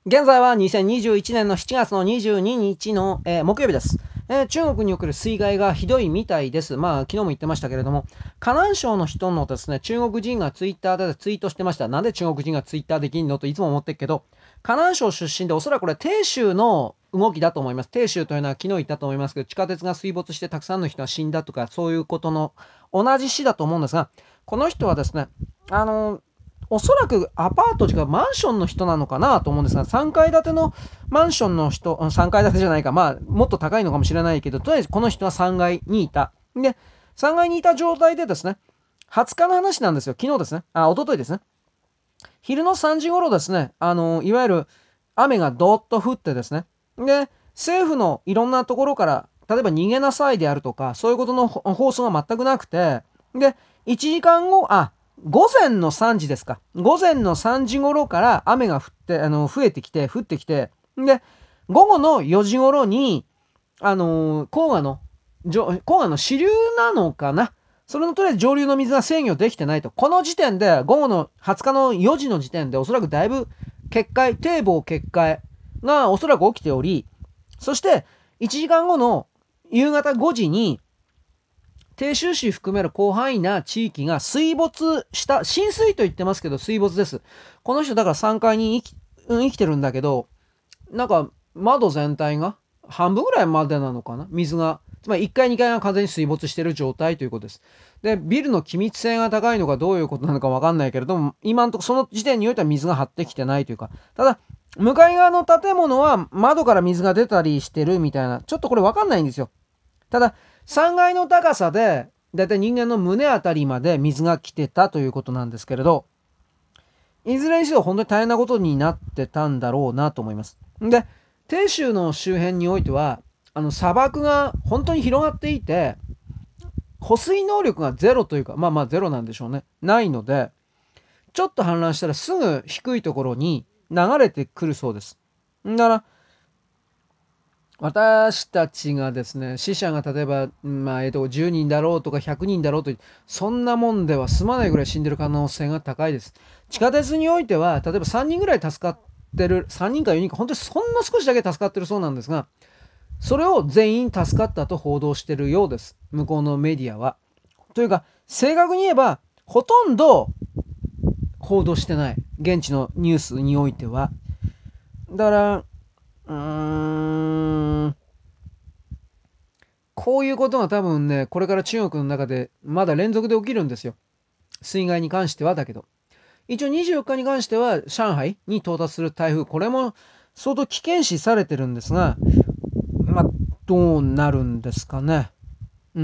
現在は2021年の7月の22日の、木曜日です。中国における水害がひどいみたいです。昨日も言ってましたけれども、河南省の人のですね、中国人がツイッターでツイートしてました。なんで中国人がツイッターできんのといつも思ってるけど、河南省出身でおそらくこれ鄭州の動きだと思います。鄭州というのは昨日言ったと思いますけど、地下鉄が水没してたくさんの人が死んだとか、そういうことの同じ市だと思うんですが、この人はですね、おそらくアパートというかマンションの人なのかなと思うんですが、3階建てのマンションの人、3階建てじゃないか、もっと高いのかもしれないけど、とりあえずこの人は3階にいた。で、3階にいた状態でですね、20日の話なんですよ。昨日ですね。一昨日ですね。昼の3時頃ですね、いわゆる雨がどーっと降ってですね。で、政府のいろんなところから、例えば逃げなさいであるとか、そういうことの放送が全くなくて、で、1時間後、午前の3時ですか。午前の3時頃から雨が降って、降ってきて、で、午後の4時頃に、黄河の支流なのかな。それのとりあえず上流の水が制御できてないと。この時点で、午後の20日の4時の時点で、おそらくだいぶ堤防決壊がおそらく起きており、そして、1時間後の夕方5時に、鄭州市含める広範囲な地域が水没した、浸水と言ってますけど、水没です。この人だから3階に生きてるんだけど、なんか窓全体が半分ぐらいまでなのかな、水が。つまり1階2階が完全に水没している状態ということです。で、ビルの気密性が高いのかどういうことなのかわかんないけれども、今のところその時点においては水が張ってきてないというか、ただ、向かい側の建物は窓から水が出たりしてるみたいな、ちょっとこれわかんないんですよ。ただ、3階の高さで、だいたい人間の胸あたりまで水が来てたということなんですけれど、いずれにしろ本当に大変なことになってたんだろうなと思います。で、鄭州の周辺においては、砂漠が本当に広がっていて、保水能力がゼロというか、ゼロなんでしょうね。ないので、ちょっと氾濫したらすぐ低いところに流れてくるそうです。だから、私たちがですね、死者が例えば、10人だろうとか100人だろうと、そんなもんでは済まないぐらい死んでる可能性が高いです。地下鉄においては、例えば3人ぐらい助かってる、3人か4人か、本当にそんな少しだけ助かってるそうなんですが、それを全員助かったと報道してるようです。向こうのメディアは。というか、正確に言えば、ほとんど報道してない。現地のニュースにおいては。だから、こういうことが多分ね、これから中国の中でまだ連続で起きるんですよ。水害に関してはだけど。一応24日に関しては上海に到達する台風、これも相当危険視されてるんですが、まあ、どうなるんですかね。うん。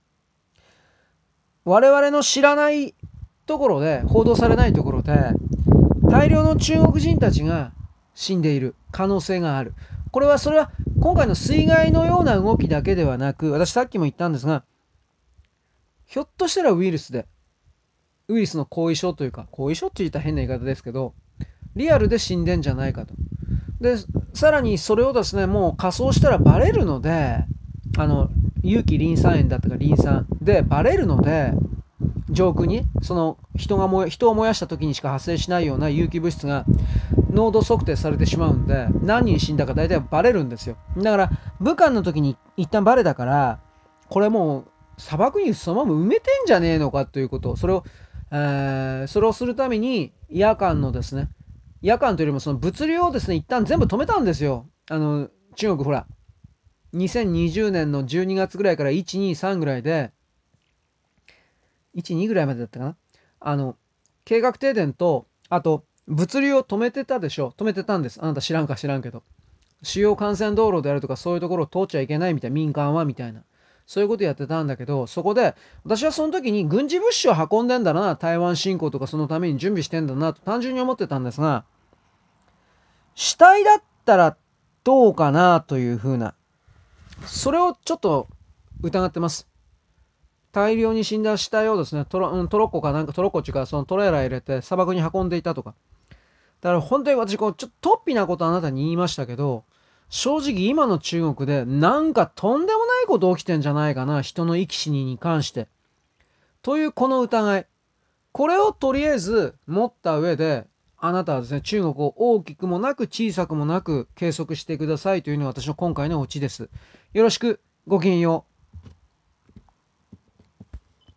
我々の知らないところで、報道されないところで、大量の中国人たちが死んでいる可能性がある。それは今回の水害のような動きだけではなく、私さっきも言ったんですが、ひょっとしたらウイルスの後遺症というか、後遺症って言ったら変な言い方ですけど、リアルで死んでんじゃないかと。で、さらにそれをですね、もう仮装したらバレるので、あの、有機リン酸塩だったかリン酸でバレるので、上空に、人を燃やした時にしか発生しないような有機物質が濃度測定されてしまうんで、何人死んだか大体バレるんですよ。だから、武漢の時に一旦バレたから、これもう砂漠にそのまま埋めてんじゃねえのかということ、それをするために夜間のですね、夜間というよりもその物流をですね、一旦全部止めたんですよ。中国ほら、2020年の12月ぐらいから1、2、3ぐらいで、1、2ぐらいまでだったかな。計画停電と、あと、物流を止めてたでしょ。止めてたんです。あなた知らんか知らんけど。主要幹線道路であるとかそういうところを通っちゃいけないみたいな、民間はみたいな。そういうことやってたんだけど、そこで、私はその時に軍事物資を運んでんだな、台湾侵攻とかそのために準備してんだなと単純に思ってたんですが、死体だったらどうかなというふうな、それをちょっと疑ってます。大量に死んだ死体をですね、トロッコかなんか、トロッコっていうか、そのトレーラー入れて砂漠に運んでいたとか。だから本当に私、ちょっと突飛なことあなたに言いましたけど、正直今の中国でなんかとんでもないこと起きてんじゃないかな、人の生き死にに関して。というこの疑い。これをとりあえず持った上で、 あなたはですね、中国を大きくもなく小さくもなく計測してくださいというのが私の今回のオチです。よろしく、ごきげんよう。